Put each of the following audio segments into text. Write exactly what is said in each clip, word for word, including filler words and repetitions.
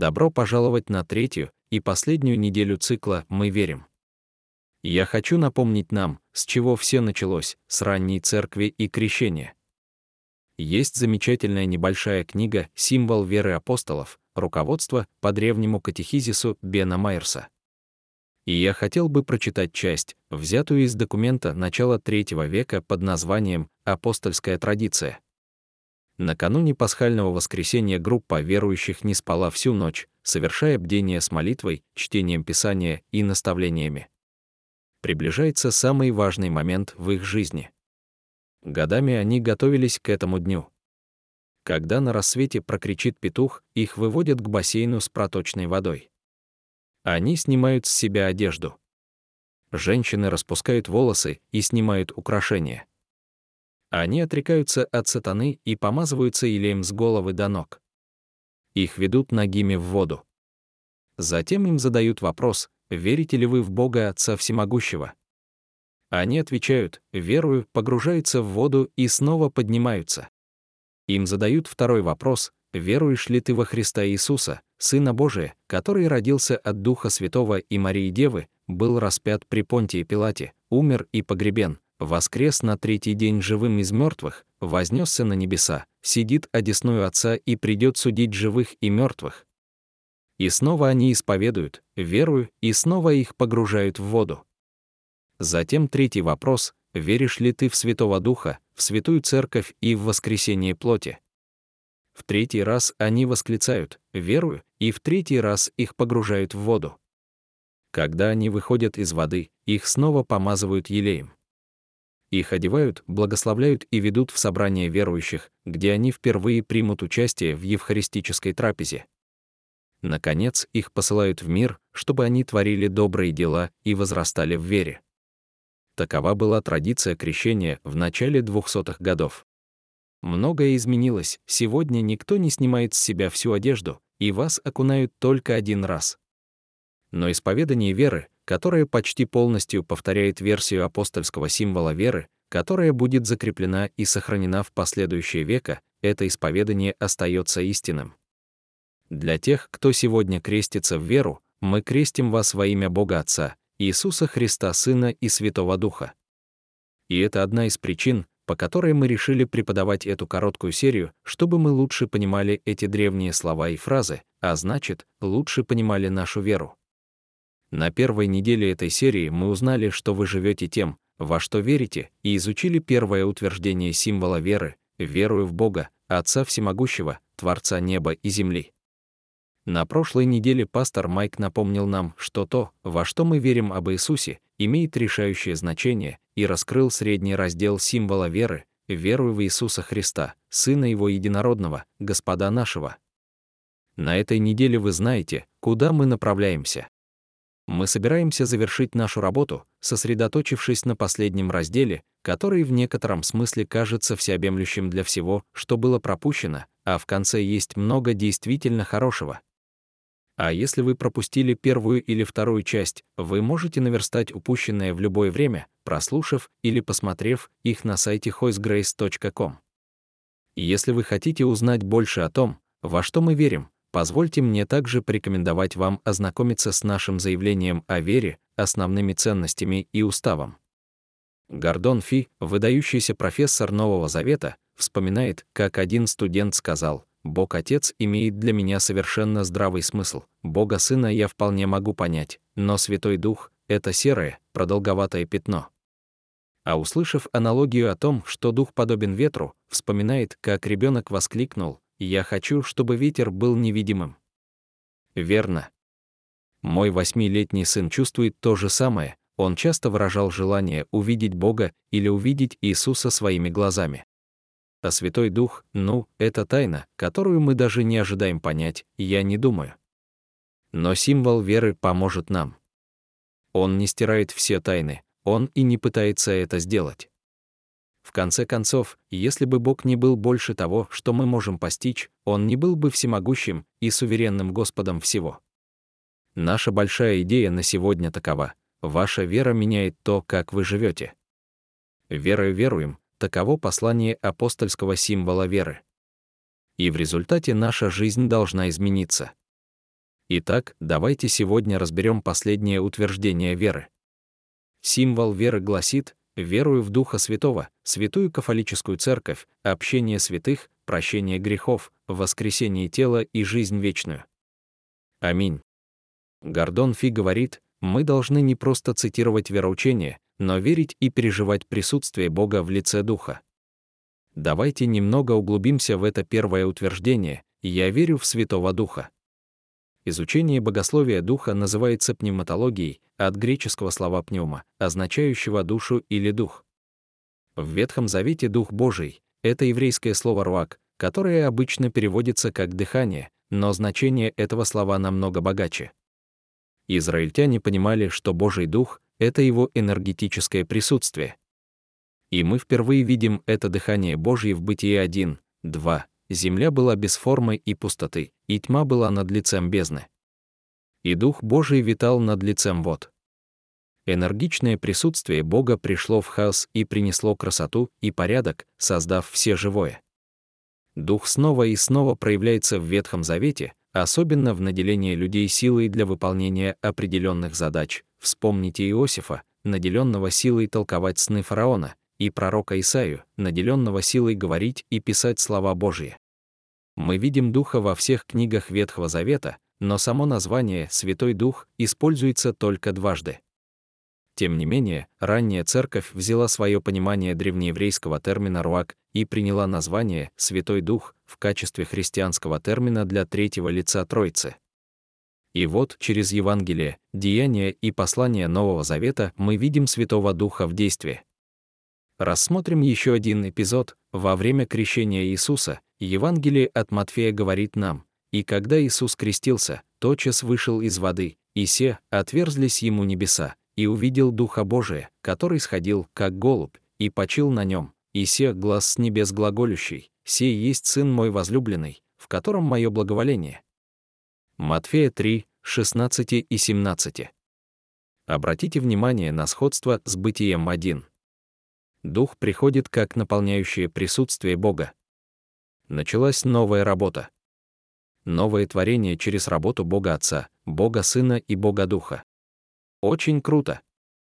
Добро пожаловать на третью и последнюю неделю цикла «Мы верим». Я хочу напомнить нам, с чего все началось, с ранней церкви и крещения. Есть замечательная небольшая книга «Символ веры апостолов», руководство по древнему катехизису Бена Майерса. И я хотел бы прочитать часть, взятую из документа начала третьего века под названием «Апостольская традиция». Накануне пасхального воскресения группа верующих не спала всю ночь, совершая бдение с молитвой, чтением Писания и наставлениями. Приближается самый важный момент в их жизни. Годами они готовились к этому дню. Когда на рассвете прокричит петух, их выводят к бассейну с проточной водой. Они снимают с себя одежду. Женщины распускают волосы и снимают украшения. Они отрекаются от сатаны и помазываются илеем с головы до ног. Их ведут нагими в воду. Затем им задают вопрос: верите ли вы в Бога Отца Всемогущего? Они отвечают: верую, погружаются в воду и снова поднимаются. Им задают второй вопрос: веруешь ли ты во Христа Иисуса, Сына Божия, который родился от Духа Святого и Марии Девы, был распят при Понтии Пилате, умер и погребен, воскрес на третий день живым из мертвых, вознесся на небеса, сидит одесную Отца и придет судить живых и мертвых. И снова они исповедуют: верую, и снова их погружают в воду. Затем третий вопрос: веришь ли ты в Святого Духа, в Святую Церковь и в воскресение плоти? В третий раз они восклицают: верую, и в третий раз их погружают в воду. Когда они выходят из воды, их снова помазывают елеем. Их одевают, благословляют и ведут в собрание верующих, где они впервые примут участие в евхаристической трапезе. Наконец, их посылают в мир, чтобы они творили добрые дела и возрастали в вере. Такова была традиция крещения в начале двухсотых годов. Многое изменилось, сегодня никто не снимает с себя всю одежду, и вас окунают только один раз. Но исповедание веры, которое почти полностью повторяет версию апостольского символа веры, которая будет закреплена и сохранена в последующие века, это исповедание остается истинным. Для тех, кто сегодня крестится в веру, мы крестим вас во имя Бога Отца, Иисуса Христа Сына и Святого Духа. И это одна из причин, по которой мы решили преподавать эту короткую серию, чтобы мы лучше понимали эти древние слова и фразы, а значит, лучше понимали нашу веру. На первой неделе этой серии мы узнали, что вы живете тем, во что верите, и изучили первое утверждение символа веры: «Верую в Бога, Отца Всемогущего, Творца неба и земли». На прошлой неделе пастор Майк напомнил нам, что то, во что мы верим об Иисусе, имеет решающее значение, и раскрыл средний раздел символа веры: «Верую в Иисуса Христа, Сына Его Единородного, Господа нашего». На этой неделе вы знаете, куда мы направляемся. Мы собираемся завершить нашу работу, сосредоточившись на последнем разделе, который в некотором смысле кажется всеобъемлющим для всего, что было пропущено, а в конце есть много действительно хорошего. А если вы пропустили первую или вторую часть, вы можете наверстать упущенное в любое время, прослушав или посмотрев их на сайте хойсгрейс точка ком. Если вы хотите узнать больше о том, во что мы верим, позвольте мне также порекомендовать вам ознакомиться с нашим заявлением о вере, основными ценностями и уставом. Гордон Фи, выдающийся профессор Нового Завета, вспоминает, как один студент сказал: «Бог Отец имеет для меня совершенно здравый смысл, Бога Сына я вполне могу понять, но Святой Дух — это серое, продолговатое пятно». А услышав аналогию о том, что Дух подобен ветру, вспоминает, как ребенок воскликнул: «Я хочу, чтобы ветер был невидимым». Верно. Мой восьмилетний сын чувствует то же самое, он часто выражал желание увидеть Бога или увидеть Иисуса своими глазами. А Святой Дух, ну, это тайна, которую мы даже не ожидаем понять, я не думаю. Но символ веры поможет нам. Он не стирает все тайны, он и не пытается это сделать. В конце концов, если бы Бог не был больше того, что мы можем постичь, Он не был бы всемогущим и суверенным Господом всего. Наша большая идея на сегодня такова: ваша вера меняет то, как вы живете. Верою веруем, таково послание апостольского символа веры. И в результате наша жизнь должна измениться. Итак, давайте сегодня разберем последнее утверждение веры. Символ веры гласит: «Верую в Духа Святого, Святую Кафолическую Церковь, общение святых, прощение грехов, воскресение тела и жизнь вечную». Аминь. Гордон Фи говорит: мы должны не просто цитировать вероучение, но верить и переживать присутствие Бога в лице Духа. Давайте немного углубимся в это первое утверждение: «Я верю в Святого Духа». Изучение богословия Духа называется пневматологией, от греческого слова пневма, означающего душу или дух. В Ветхом Завете Дух Божий — это еврейское слово руак, которое обычно переводится как «дыхание», но значение этого слова намного богаче. Израильтяне понимали, что Божий Дух — это его энергетическое присутствие. И мы впервые видим это дыхание Божье в Бытие один, два. Земля была без формы и пустоты, и тьма была над лицем бездны. И Дух Божий витал над лицем вод. Энергичное присутствие Бога пришло в хаос и принесло красоту и порядок, создав все живое. Дух снова и снова проявляется в Ветхом Завете, особенно в наделении людей силой для выполнения определенных задач. Вспомните Иосифа, наделенного силой толковать сны фараона, и пророка Исаию, наделенного силой говорить и писать слова Божьи. Мы видим Духа во всех книгах Ветхого Завета, но само название «Святой Дух» используется только дважды. Тем не менее, ранняя церковь взяла свое понимание древнееврейского термина «руак» и приняла название «Святой Дух» в качестве христианского термина для третьего лица Троицы. И вот через Евангелие, деяния и послания Нового Завета мы видим Святого Духа в действии. Рассмотрим еще один эпизод. Во время крещения Иисуса Евангелие от Матфея говорит нам: «И когда Иисус крестился, тотчас вышел из воды, и се, отверзлись ему небеса, и увидел Духа Божия, который сходил, как голубь, и почил на нем, и се глас с небес глаголющий: сей есть Сын мой возлюбленный, в котором мое благоволение». Матфея три, шестнадцать и семнадцать. Обратите внимание на сходство с Бытием один. Дух приходит как наполняющее присутствие Бога. Началась новая работа. Новое творение через работу Бога Отца, Бога Сына и Бога Духа. Очень круто.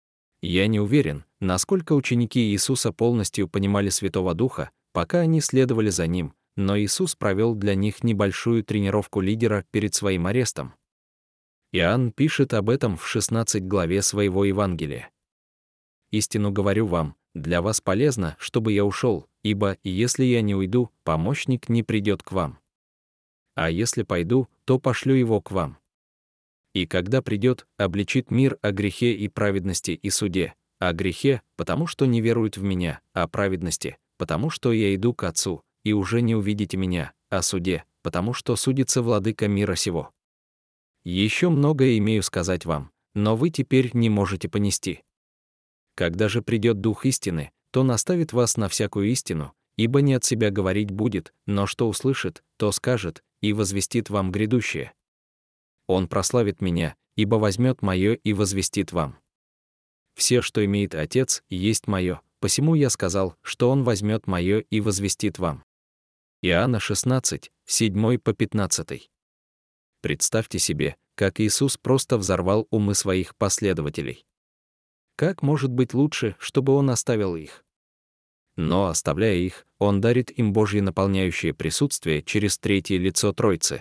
Я не уверен, насколько ученики Иисуса полностью понимали Святого Духа, пока они следовали за Ним, но Иисус провел для них небольшую тренировку лидера перед своим арестом. Иоанн пишет об этом в шестнадцатой главе своего Евангелия. «Истину говорю вам, для вас полезно, чтобы я ушел, ибо, если я не уйду, помощник не придет к вам. А если пойду, то пошлю его к вам. И когда придет, обличит мир о грехе и праведности и суде, о грехе, потому что не веруют в меня, о праведности, потому что я иду к Отцу, и уже не увидите меня, о суде, потому что судится владыка мира сего. Еще многое имею сказать вам, но вы теперь не можете понести. Когда же придет Дух истины, то наставит вас на всякую истину, ибо не от себя говорить будет, но что услышит, то скажет, и возвестит вам грядущее. Он прославит меня, ибо возьмет мое и возвестит вам. Все, что имеет Отец, есть мое, посему я сказал, что Он возьмет мое и возвестит вам». Иоанна шестнадцать, семь по пятнадцать. Представьте себе, как Иисус просто взорвал умы своих последователей. Как может быть лучше, чтобы Он оставил их? Но, оставляя их, Он дарит им Божье наполняющее присутствие через третье лицо Троицы.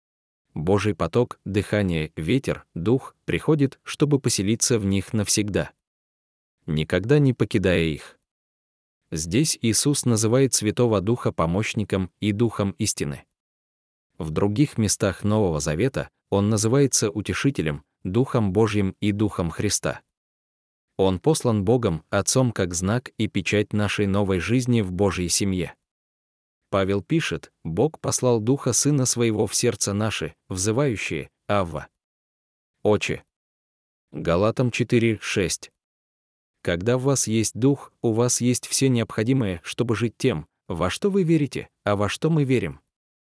Божий поток, дыхание, ветер, дух приходит, чтобы поселиться в них навсегда, никогда не покидая их. Здесь Иисус называет Святого Духа помощником и Духом истины. В других местах Нового Завета Он называется Утешителем, Духом Божьим и Духом Христа. Он послан Богом, Отцом как знак и печать нашей новой жизни в Божьей семье. Павел пишет: «Бог послал Духа Сына Своего в сердце наше, взывающие: Авва, Отче». Галатам четыре, шесть. Когда в вас есть Дух, у вас есть все необходимое, чтобы жить тем, во что вы верите, а во что мы верим.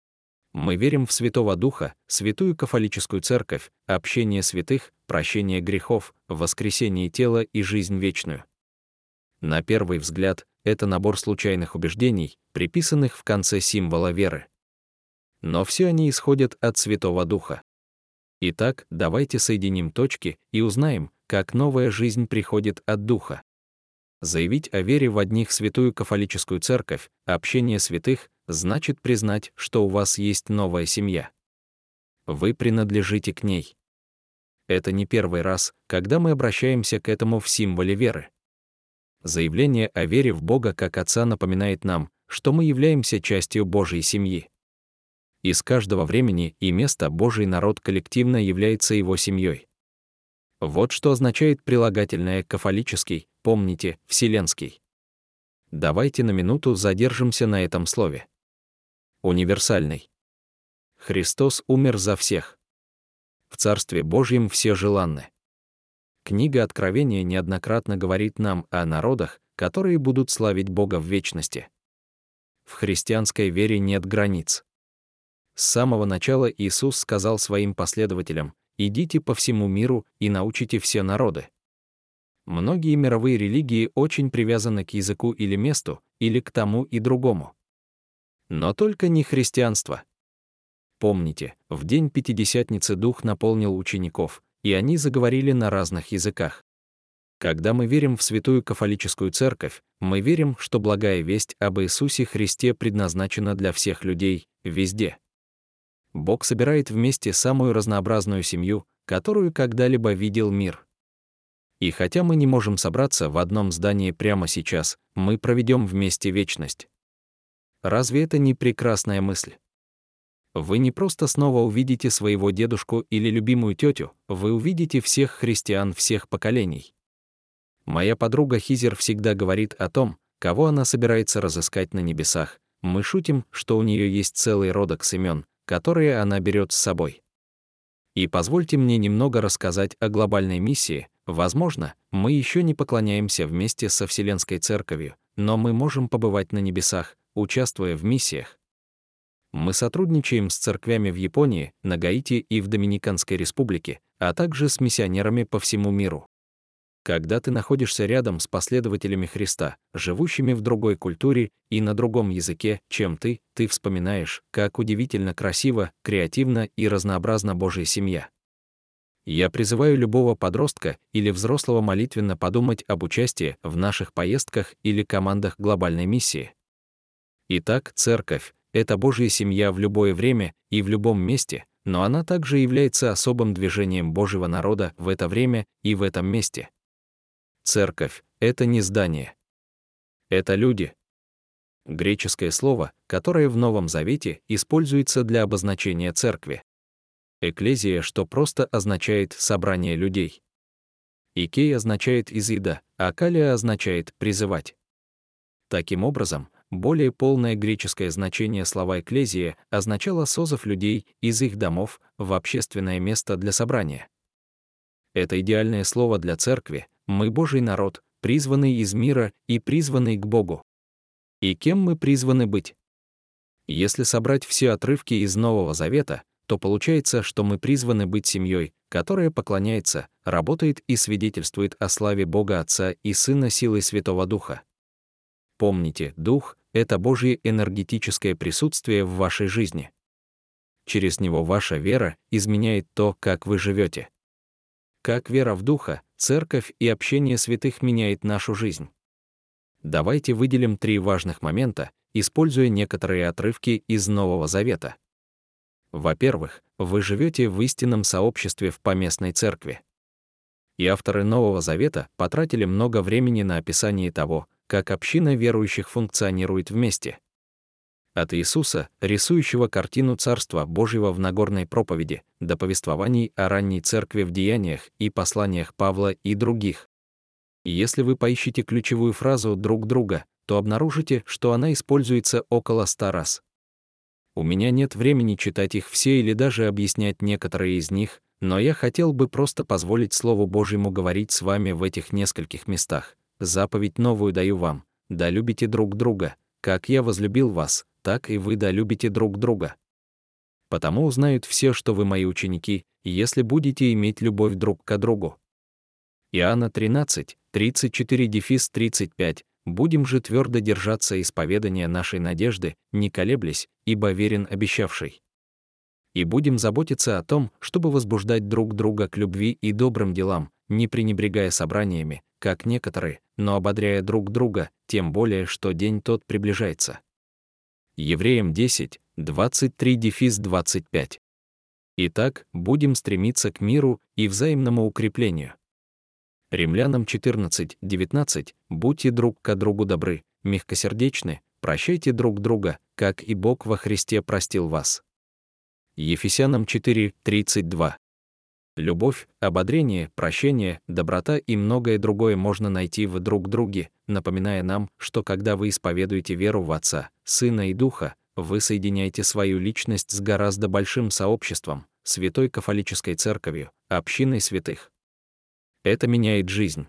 Мы верим в Святого Духа, Святую Кафолическую Церковь, общение святых, прощение грехов, воскресение тела и жизнь вечную. На первый взгляд, это набор случайных убеждений, приписанных в конце символа веры. Но все они исходят от Святого Духа. Итак, давайте соединим точки и узнаем, как новая жизнь приходит от Духа. Заявить о вере в одних Святую Кафолическую Церковь, общение святых, значит признать, что у вас есть новая семья. Вы принадлежите к ней. Это не первый раз, когда мы обращаемся к этому в символе веры. Заявление о вере в Бога как Отца напоминает нам, что мы являемся частью Божьей семьи. Из каждого времени и места Божий народ коллективно является его семьей. Вот что означает прилагательное «кафолический», помните, «вселенский». Давайте на минуту задержимся на этом слове. Универсальный. Христос умер за всех. В Царстве Божьем все желанны. Книга Откровения неоднократно говорит нам о народах, которые будут славить Бога в вечности. В христианской вере нет границ. С самого начала Иисус сказал своим последователям: «Идите по всему миру и научите все народы». Многие мировые религии очень привязаны к языку или месту, или к тому и другому. Но только не христианство. Помните, в день Пятидесятницы Дух наполнил учеников, и они заговорили на разных языках. Когда мы верим в Святую Кафолическую Церковь, мы верим, что благая весть об Иисусе Христе предназначена для всех людей, везде. Бог собирает вместе самую разнообразную семью, которую когда-либо видел мир. И хотя мы не можем собраться в одном здании прямо сейчас, мы проведем вместе вечность. Разве это не прекрасная мысль? Вы не просто снова увидите своего дедушку или любимую тетю, вы увидите всех христиан всех поколений. Моя подруга Хизер всегда говорит о том, кого она собирается разыскать на небесах. Мы шутим, что у нее есть целый родок имен, которые она берет с собой. И позвольте мне немного рассказать о глобальной миссии. Возможно, мы еще не поклоняемся вместе со Вселенской Церковью, но мы можем побывать на небесах, участвуя в миссиях. Мы сотрудничаем с церквями в Японии, на Гаити и в Доминиканской Республике, а также с миссионерами по всему миру. Когда ты находишься рядом с последователями Христа, живущими в другой культуре и на другом языке, чем ты, ты вспоминаешь, как удивительно красиво, креативно и разнообразна Божья семья. Я призываю любого подростка или взрослого молитвенно подумать об участии в наших поездках или командах глобальной миссии. Итак, церковь — это Божья семья в любое время и в любом месте, но она также является особым движением Божьего народа в это время и в этом месте. Церковь — это не здание. Это люди. Греческое слово, которое в Новом Завете используется для обозначения церкви. Экклезия, что просто означает «собрание людей». Икей означает «изида», а калия означает «призывать». Таким образом, более полное греческое значение слова «экклезия» означало созыв людей из их домов в общественное место для собрания. Это идеальное слово для церкви. Мы Божий народ, призванный из мира и призванный к Богу. И кем мы призваны быть? Если собрать все отрывки из Нового Завета, то получается, что мы призваны быть семьей, которая поклоняется, работает и свидетельствует о славе Бога Отца и Сына силой Святого Духа. Помните, Дух — это Божье энергетическое присутствие в вашей жизни. Через него ваша вера изменяет то, как вы живете. Как вера в Духа, Церковь и общение святых меняет нашу жизнь. Давайте выделим три важных момента, используя некоторые отрывки из Нового Завета. Во-первых, вы живете в истинном сообществе в поместной церкви. И авторы Нового Завета потратили много времени на описание того, как община верующих функционирует вместе. От Иисуса, рисующего картину Царства Божьего в Нагорной проповеди, до повествований о ранней церкви в Деяниях и посланиях Павла и других. И если вы поищете ключевую фразу «друг друга», то обнаружите, что она используется около ста раз. У меня нет времени читать их все или даже объяснять некоторые из них, но я хотел бы просто позволить Слову Божьему говорить с вами в этих нескольких местах. Заповедь новую даю вам: да любите друг друга, как я возлюбил вас, так и вы да любите друг друга. Потому узнают все, что вы мои ученики, если будете иметь любовь друг к другу. Иоанна тринадцать, тридцать четыре тридцать пять. Будем же твердо держаться исповедания нашей надежды, не колеблясь, ибо верен обещавший. И будем заботиться о том, чтобы возбуждать друг друга к любви и добрым делам, не пренебрегая собраниями, как некоторые, но ободряя друг друга, тем более, что день тот приближается. Евреям десять, двадцать три двадцать пять. Итак, будем стремиться к миру и взаимному укреплению. Римлянам четырнадцать, девятнадцать. Будьте друг ко другу добры, мягкосердечны, прощайте друг друга, как и Бог во Христе простил вас. Ефесянам четыре, тридцать два. Любовь, ободрение, прощение, доброта и многое другое можно найти в друг друге, напоминая нам, что когда вы исповедуете веру в Отца, Сына и Духа, вы соединяете свою личность с гораздо большим сообществом, Святой Кафолической Церковью, общиной святых. Это меняет жизнь.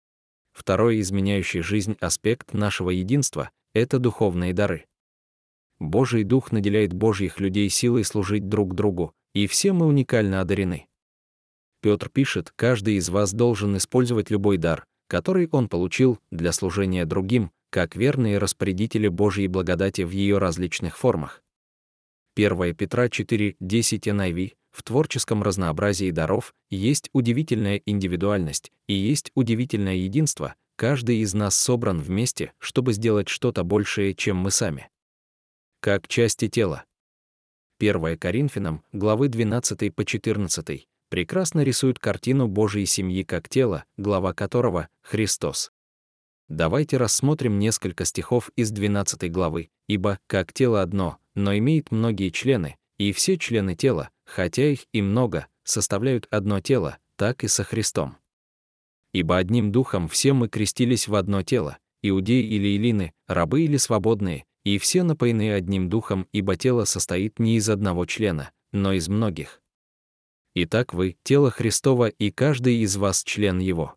Второй изменяющий жизнь аспект нашего единства — это духовные дары. Божий Дух наделяет Божьих людей силой служить друг другу, и все мы уникально одарены. Петр пишет, каждый из вас должен использовать любой дар, который он получил, для служения другим, как верные распорядители Божьей благодати в ее различных формах. первое Петра четыре, десять эн ай ви. В творческом разнообразии даров есть удивительная индивидуальность и есть удивительное единство, каждый из нас собран вместе, чтобы сделать что-то большее, чем мы сами. Как части тела. первое Коринфянам, главы двенадцать по четырнадцать, прекрасно рисует картину Божьей семьи как тела, глава которого — Христос. Давайте рассмотрим несколько стихов из двенадцатой главы, ибо, как тело одно, но имеет многие члены, и все члены тела, хотя их и много, составляют одно тело, так и со Христом. Ибо одним духом все мы крестились в одно тело, иудеи или эллины, рабы или свободные, и все напоены одним духом, ибо тело состоит не из одного члена, но из многих. Итак, вы — тело Христово, и каждый из вас член его.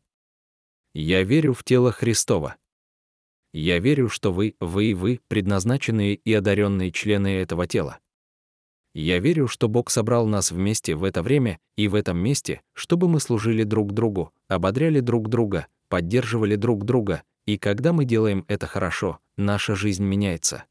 Я верю в тело Христово. Я верю, что вы, вы и вы, предназначенные и одаренные члены этого тела. Я верю, что Бог собрал нас вместе в это время и в этом месте, чтобы мы служили друг другу, ободряли друг друга, поддерживали друг друга, и когда мы делаем это хорошо, наша жизнь меняется.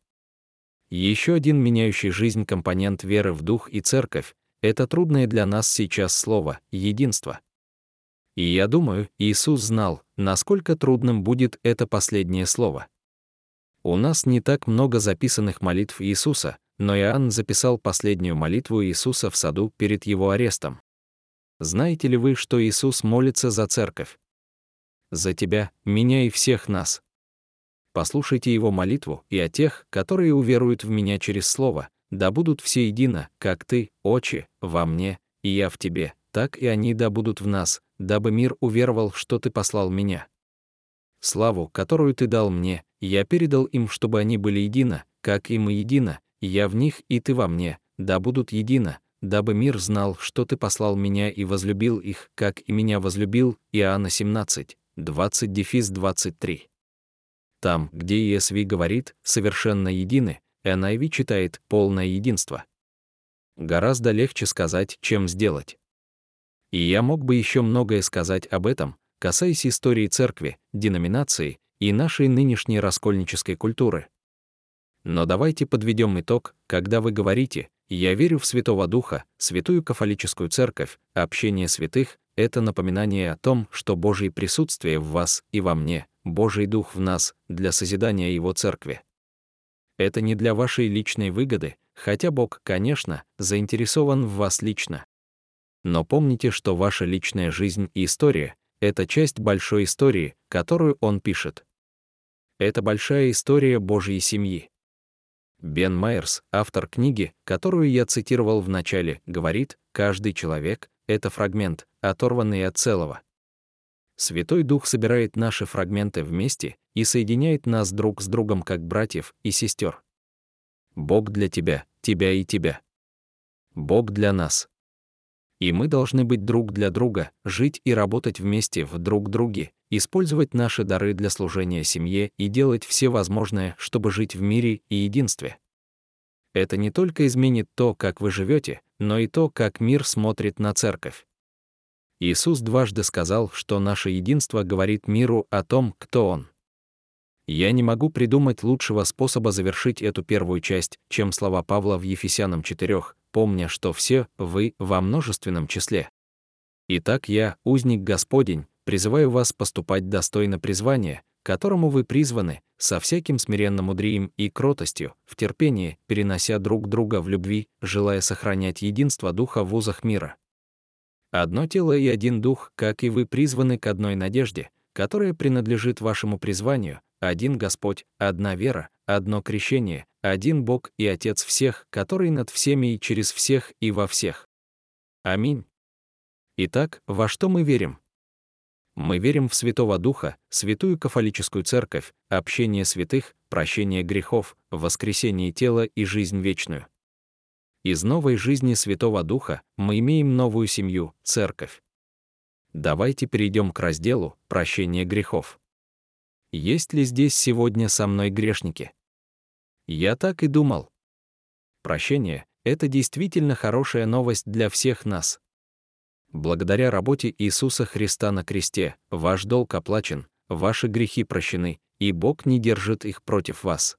Еще один меняющий жизнь компонент веры в Дух и Церковь — это трудное для нас сейчас слово «единство». И я думаю, Иисус знал, насколько трудным будет это последнее слово. У нас не так много записанных молитв Иисуса, но Иоанн записал последнюю молитву Иисуса в саду перед его арестом. Знаете ли вы, что Иисус молится за церковь? За тебя, меня и всех нас. Послушайте его молитву и о тех, которые уверуют в меня через слово, да будут все едино, как ты, Отче, во мне, и я в тебе, так и они да будут в нас, дабы мир уверовал, что ты послал меня. Славу, которую ты дал мне, я передал им, чтобы они были едино, как и мы едино, я в них и ты во мне, да будут едино, дабы мир знал, что ты послал меня и возлюбил их, как и меня возлюбил. Иоанна семнадцать, двадцать двадцать три. Там, где и эс ви говорит «совершенно едины», эн ай ви читает «полное единство». Гораздо легче сказать, чем сделать. И я мог бы еще многое сказать об этом, касаясь истории церкви, деноминации и нашей нынешней раскольнической культуры. Но давайте подведем итог, когда вы говорите «Я верю в Святого Духа, Святую Кафолическую Церковь», общение святых — это напоминание о том, что Божье присутствие в вас и во мне, Божий Дух в нас, для созидания Его Церкви. Это не для вашей личной выгоды, хотя Бог, конечно, заинтересован в вас лично. Но помните, что ваша личная жизнь и история — это часть большой истории, которую Он пишет. Это большая история Божьей семьи. Бен Майерс, автор книги, которую я цитировал в начале, говорит, каждый человек — это фрагмент, оторванный от целого. Святой Дух собирает наши фрагменты вместе и соединяет нас друг с другом как братьев и сестер. Бог для тебя, тебя и тебя. Бог для нас. И мы должны быть друг для друга, жить и работать вместе в друг друге, использовать наши дары для служения семье и делать все возможное, чтобы жить в мире и единстве. Это не только изменит то, как вы живете, но и то, как мир смотрит на церковь. Иисус дважды сказал, что наше единство говорит миру о том, кто Он. Я не могу придумать лучшего способа завершить эту первую часть, чем слова Павла в Ефесянам четыре, помня, что все вы во множественном числе. Итак, я, узник Господень, призываю вас поступать достойно призвания, которому вы призваны, со всяким смиренным мудрием и кротостью, в терпении, перенося друг друга в любви, желая сохранять единство Духа в узах мира. Одно тело и один Дух, как и вы призваны к одной надежде, которая принадлежит вашему призванию, один Господь, одна вера, одно крещение, один Бог и Отец всех, который над всеми и через всех и во всех. Аминь. Итак, во что мы верим? Мы верим в Святого Духа, Святую Кафолическую Церковь, общение святых, прощение грехов, воскресение тела и жизнь вечную. Из новой жизни Святого Духа мы имеем новую семью, Церковь. Давайте перейдем к разделу «Прощение грехов». Есть ли здесь сегодня со мной грешники? Я так и думал. Прощение — это действительно хорошая новость для всех нас. Благодаря работе Иисуса Христа на кресте, ваш долг оплачен, ваши грехи прощены, и Бог не держит их против вас.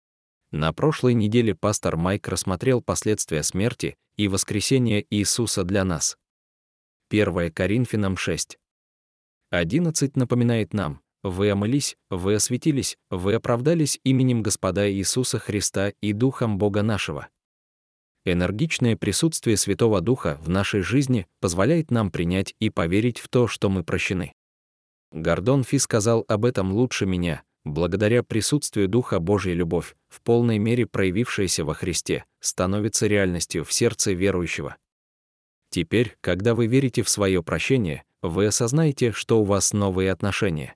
На прошлой неделе пастор Майк рассмотрел последствия смерти и воскресения Иисуса для нас. первое Коринфянам шесть одиннадцать напоминает нам: «Вы омылись, вы осветились, вы оправдались именем Господа Иисуса Христа и Духом Бога нашего». Энергичное присутствие Святого Духа в нашей жизни позволяет нам принять и поверить в то, что мы прощены. Гордон Фи сказал об этом лучше меня: благодаря присутствию Духа Божья любовь, в полной мере проявившаяся во Христе, становится реальностью в сердце верующего. Теперь, когда вы верите в свое прощение, вы осознаете, что у вас новые отношения.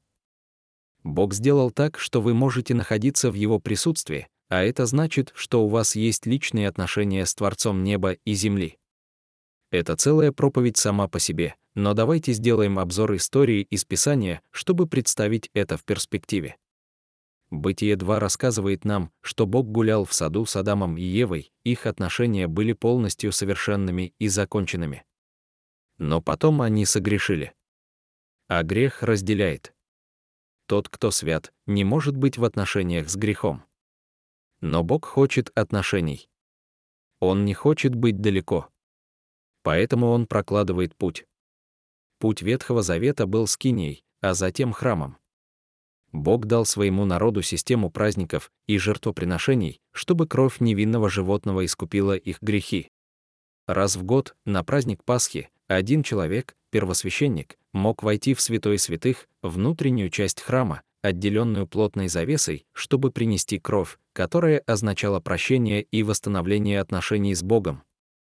Бог сделал так, что вы можете находиться в Его присутствии, а это значит, что у вас есть личные отношения с Творцом неба и земли. Это целая проповедь сама по себе, но давайте сделаем обзор истории из Писания, чтобы представить это в перспективе. Бытие два рассказывает нам, что Бог гулял в саду с Адамом и Евой, их отношения были полностью совершенными и законченными. Но потом они согрешили. А грех разделяет. Тот, кто свят, не может быть в отношениях с грехом. Но Бог хочет отношений. Он не хочет быть далеко. Поэтому Он прокладывает путь. Путь Ветхого Завета был скинией, а затем храмом. Бог дал своему народу систему праздников и жертвоприношений, чтобы кровь невинного животного искупила их грехи. Раз в год, на праздник Пасхи, один человек, первосвященник, мог войти в святой святых, внутреннюю часть храма, отделенную плотной завесой, чтобы принести кровь, которая означала прощение и восстановление отношений с Богом.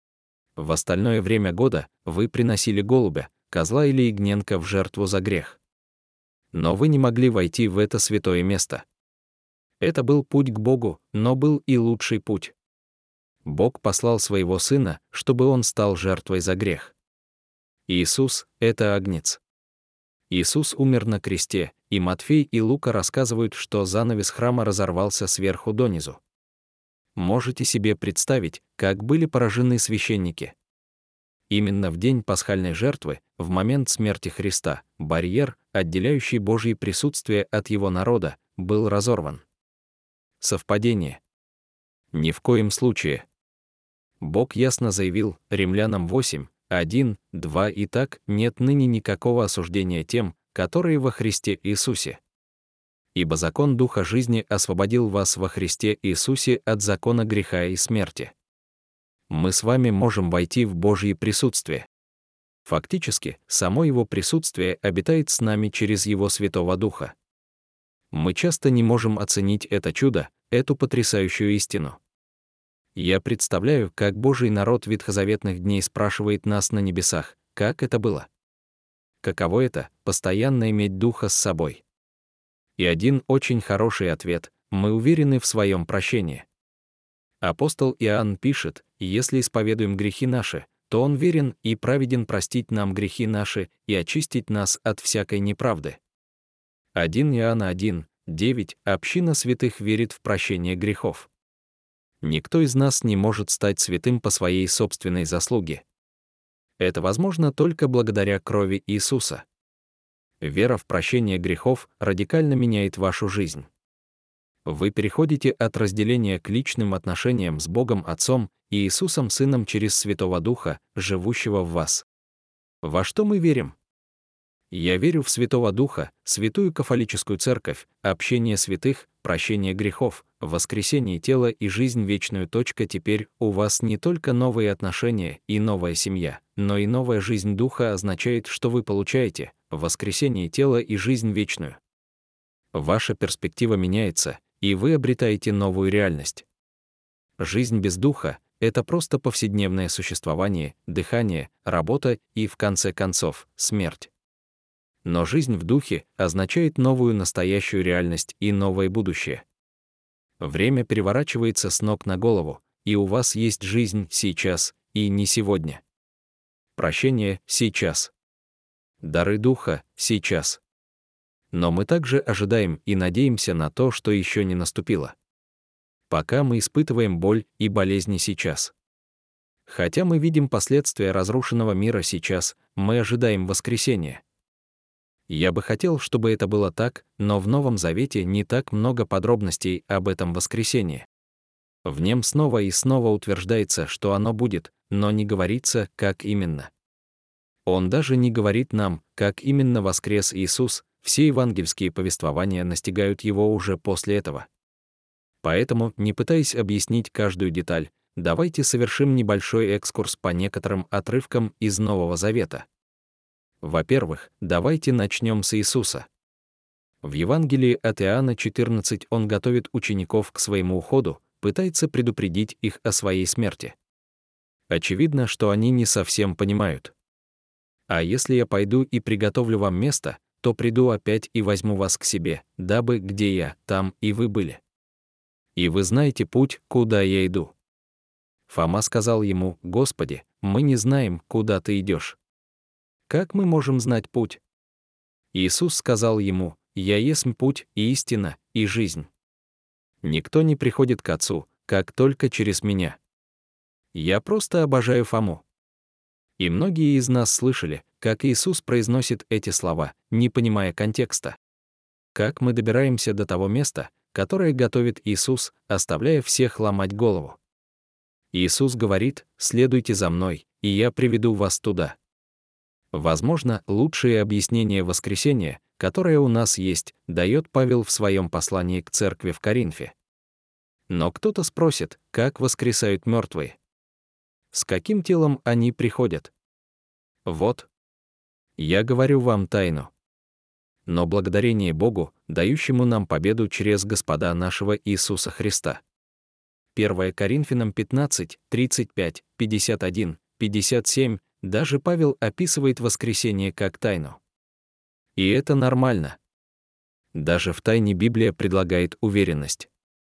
В остальное время года вы приносили голубя, козла или ягненка в жертву за грех. Но вы не могли войти в это святое место. Это был путь к Богу, но был и лучший путь. Бог послал своего Сына, чтобы Он стал жертвой за грех. Иисус — это агнец. Иисус умер на кресте, и Матфей и Лука рассказывают, что занавес храма разорвался сверху донизу. Можете себе представить, как были поражены священники. Именно в день пасхальной жертвы, в момент смерти Христа, барьер, отделяющий Божье присутствие от Его народа, был разорван. Совпадение? Ни в коем случае. Бог ясно заявил Римлянам восемь, один, два: «Итак, нет ныне никакого осуждения тем, которые во Христе Иисусе. Ибо закон Духа жизни освободил вас во Христе Иисусе от закона греха и смерти». Мы с вами можем войти в Божье присутствие. Фактически, само Его присутствие обитает с нами через Его Святого Духа. Мы часто не можем оценить это чудо, эту потрясающую истину. Я представляю, как Божий народ ветхозаветных дней спрашивает нас на небесах, как это было. Каково это — постоянно иметь Духа с собой? И один очень хороший ответ: мы уверены в своем прощении. Апостол Иоанн пишет: «Если исповедуем грехи наши, то Он верен и праведен простить нам грехи наши и очистить нас от всякой неправды». первое Иоанна один, девять. Община святых верит в прощение грехов. Никто из нас не может стать святым по своей собственной заслуге. Это возможно только благодаря крови Иисуса. Вера в прощение грехов радикально меняет вашу жизнь. Вы переходите от разделения к личным отношениям с Богом Отцом и Иисусом Сыном через Святого Духа, живущего в вас. Во что мы верим? Я верю в Святого Духа, Святую Кафолическую Церковь, общение святых, прощение грехов, воскресение тела и жизнь вечную. Точка. Теперь у вас не только новые отношения и новая семья, но и новая жизнь Духа означает, что вы получаете воскресение тела и жизнь вечную. Ваша перспектива меняется, и вы обретаете новую реальность. Жизнь без Духа — это просто повседневное существование, дыхание, работа и, в конце концов, смерть. Но жизнь в Духе означает новую настоящую реальность и новое будущее. Время переворачивается с ног на голову, и у вас есть жизнь сейчас и не сегодня. Прощение сейчас. Дары Духа сейчас. Но мы также ожидаем и надеемся на то, что еще не наступило. Пока мы испытываем боль и болезни сейчас. Хотя мы видим последствия разрушенного мира сейчас, мы ожидаем воскресения. Я бы хотел, чтобы это было так, но в Новом Завете не так много подробностей об этом воскресении. В нем снова и снова утверждается, что оно будет, но не говорится, как именно. Он даже не говорит нам, как именно воскрес Иисус, все евангельские повествования настигают его уже после этого. Поэтому, не пытаясь объяснить каждую деталь, давайте совершим небольшой экскурс по некоторым отрывкам из Нового Завета. Во-первых, давайте начнем с Иисуса. В Евангелии от Иоанна четырнадцать он готовит учеников к своему уходу, пытается предупредить их о своей смерти. Очевидно, что они не совсем понимают. «А если я пойду и приготовлю вам место, то приду опять и возьму вас к себе, дабы, где я, там и вы были. И вы знаете путь, куда я иду». Фома сказал ему: «Господи, мы не знаем, куда ты идешь. Как мы можем знать путь?» Иисус сказал ему: «Я есмь путь и истина, и жизнь. Никто не приходит к Отцу, как только через меня». Я просто обожаю Фому. И многие из нас слышали, как Иисус произносит эти слова, не понимая контекста. Как мы добираемся до того места, которое готовит Иисус, оставляя всех ломать голову? Иисус говорит: «Следуйте за мной, и я приведу вас туда». Возможно, лучшее объяснение воскресения, которое у нас есть, дает Павел в своем послании к церкви в Коринфе. Но кто-то спросит, как воскресают мертвые? С каким телом они приходят? Вот. Я говорю вам тайну. Но благодарение Богу, дающему нам победу через Господа нашего Иисуса Христа. первое Коринфянам пятнадцать, тридцать пять, пятьдесят один, пятьдесят семь. Даже Павел описывает воскресение как тайну. И это нормально. Даже в тайне Библия предлагает уверенность.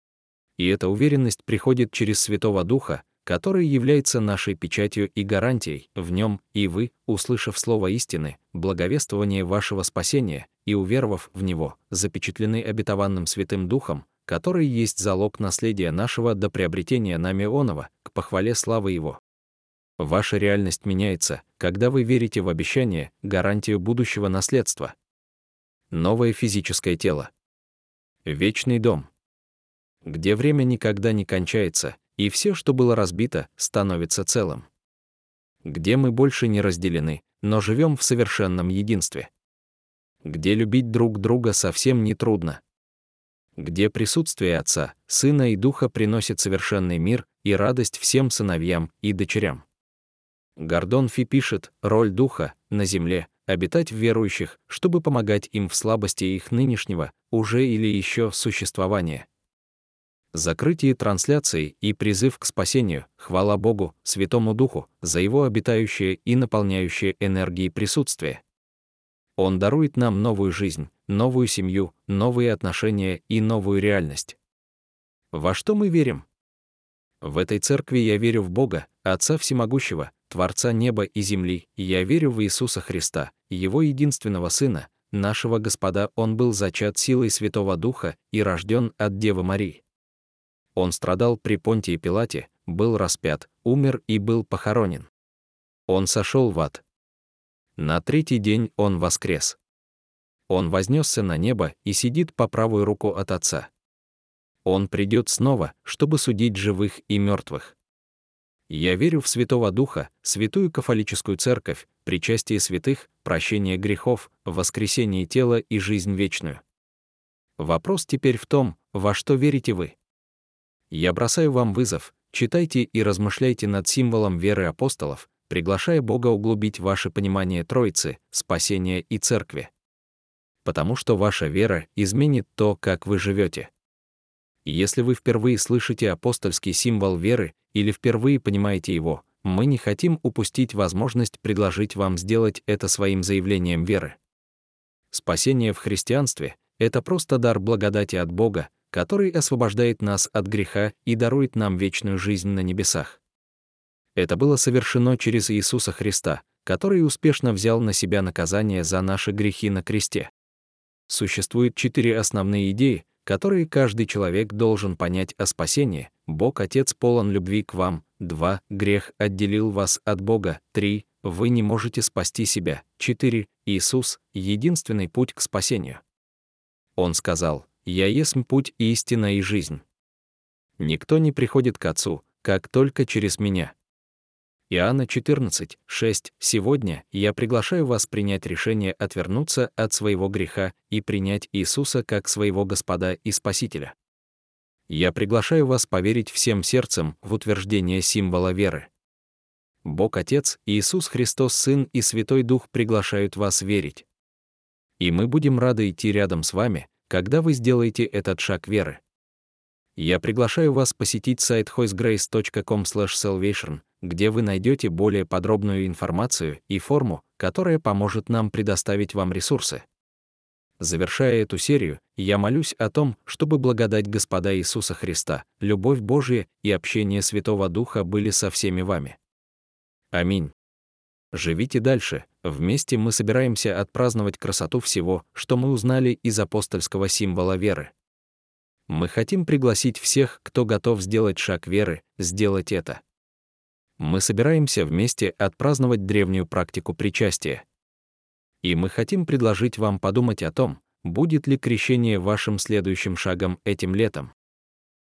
И эта уверенность приходит через Святого Духа, который является нашей печатью и гарантией в нем, и вы, услышав слово истины, благовествование вашего спасения, и уверовав в него, запечатлены обетованным Святым Духом, который есть залог наследия нашего до приобретения нами оного, к похвале славы Его. Ваша реальность меняется, когда вы верите в обещание, гарантию будущего наследства. Новое физическое тело. Вечный дом. Где время никогда не кончается, и все, что было разбито, становится целым. Где мы больше не разделены, но живем в совершенном единстве. Где любить друг друга совсем не трудно. Где присутствие Отца, Сына и Духа приносит совершенный мир и радость всем сыновьям и дочерям. Гордон Фи пишет: роль Духа на земле — обитать в верующих, чтобы помогать им в слабости их нынешнего, уже или еще существования. Закрытие трансляции и призыв к спасению, хвала Богу, Святому Духу, за Его обитающее и наполняющее энергией присутствие. Он дарует нам новую жизнь, новую семью, новые отношения и новую реальность. Во что мы верим? В этой церкви я верю в Бога, Отца Всемогущего, Творца неба и земли, и я верю в Иисуса Христа, Его единственного Сына, нашего Господа. Он был зачат силой Святого Духа и рожден от Девы Марии. Он страдал при Понтии Пилате, был распят, умер и был похоронен. Он сошел в ад. На третий день он воскрес. Он вознесся на небо и сидит по правую руку от Отца. Он придет снова, чтобы судить живых и мертвых. Я верю в Святого Духа, Святую Кафолическую Церковь, причастие святых, прощение грехов, воскресение тела и жизнь вечную. Вопрос теперь в том, во что верите вы. Я бросаю вам вызов, читайте и размышляйте над символом веры апостолов, приглашая Бога углубить ваше понимание Троицы, спасения и Церкви. Потому что ваша вера изменит то, как вы живете. Если вы впервые слышите апостольский символ веры или впервые понимаете его, мы не хотим упустить возможность предложить вам сделать это своим заявлением веры. Спасение в христианстве — это просто дар благодати от Бога, который освобождает нас от греха и дарует нам вечную жизнь на небесах. Это было совершено через Иисуса Христа, который успешно взял на себя наказание за наши грехи на кресте. Существует четыре основные идеи, которые каждый человек должен понять о спасении. Бог Отец полон любви к вам. два. Грех отделил вас от Бога. три. Вы не можете спасти себя. четыре. Иисус — единственный путь к спасению. Он сказал: «Я есть путь, истина и жизнь. Никто не приходит к Отцу, как только через Меня». Иоанна четырнадцать, шесть. Сегодня я приглашаю вас принять решение отвернуться от своего греха и принять Иисуса как своего Господа и Спасителя. Я приглашаю вас поверить всем сердцем в утверждение символа веры. Бог Отец, Иисус Христос Сын и Святой Дух приглашают вас верить. И мы будем рады идти рядом с вами, когда вы сделаете этот шаг веры. Я приглашаю вас посетить сайт хоисгрейс точка ком слэш сэлвейшн, где вы найдете более подробную информацию и форму, которая поможет нам предоставить вам ресурсы. Завершая эту серию, я молюсь о том, чтобы благодать Господа Иисуса Христа, любовь Божия и общение Святого Духа были со всеми вами. Аминь. Живите дальше, вместе мы собираемся отпраздновать красоту всего, что мы узнали из апостольского символа веры. Мы хотим пригласить всех, кто готов сделать шаг веры, сделать это. Мы собираемся вместе отпраздновать древнюю практику причастия. И мы хотим предложить вам подумать о том, будет ли крещение вашим следующим шагом этим летом.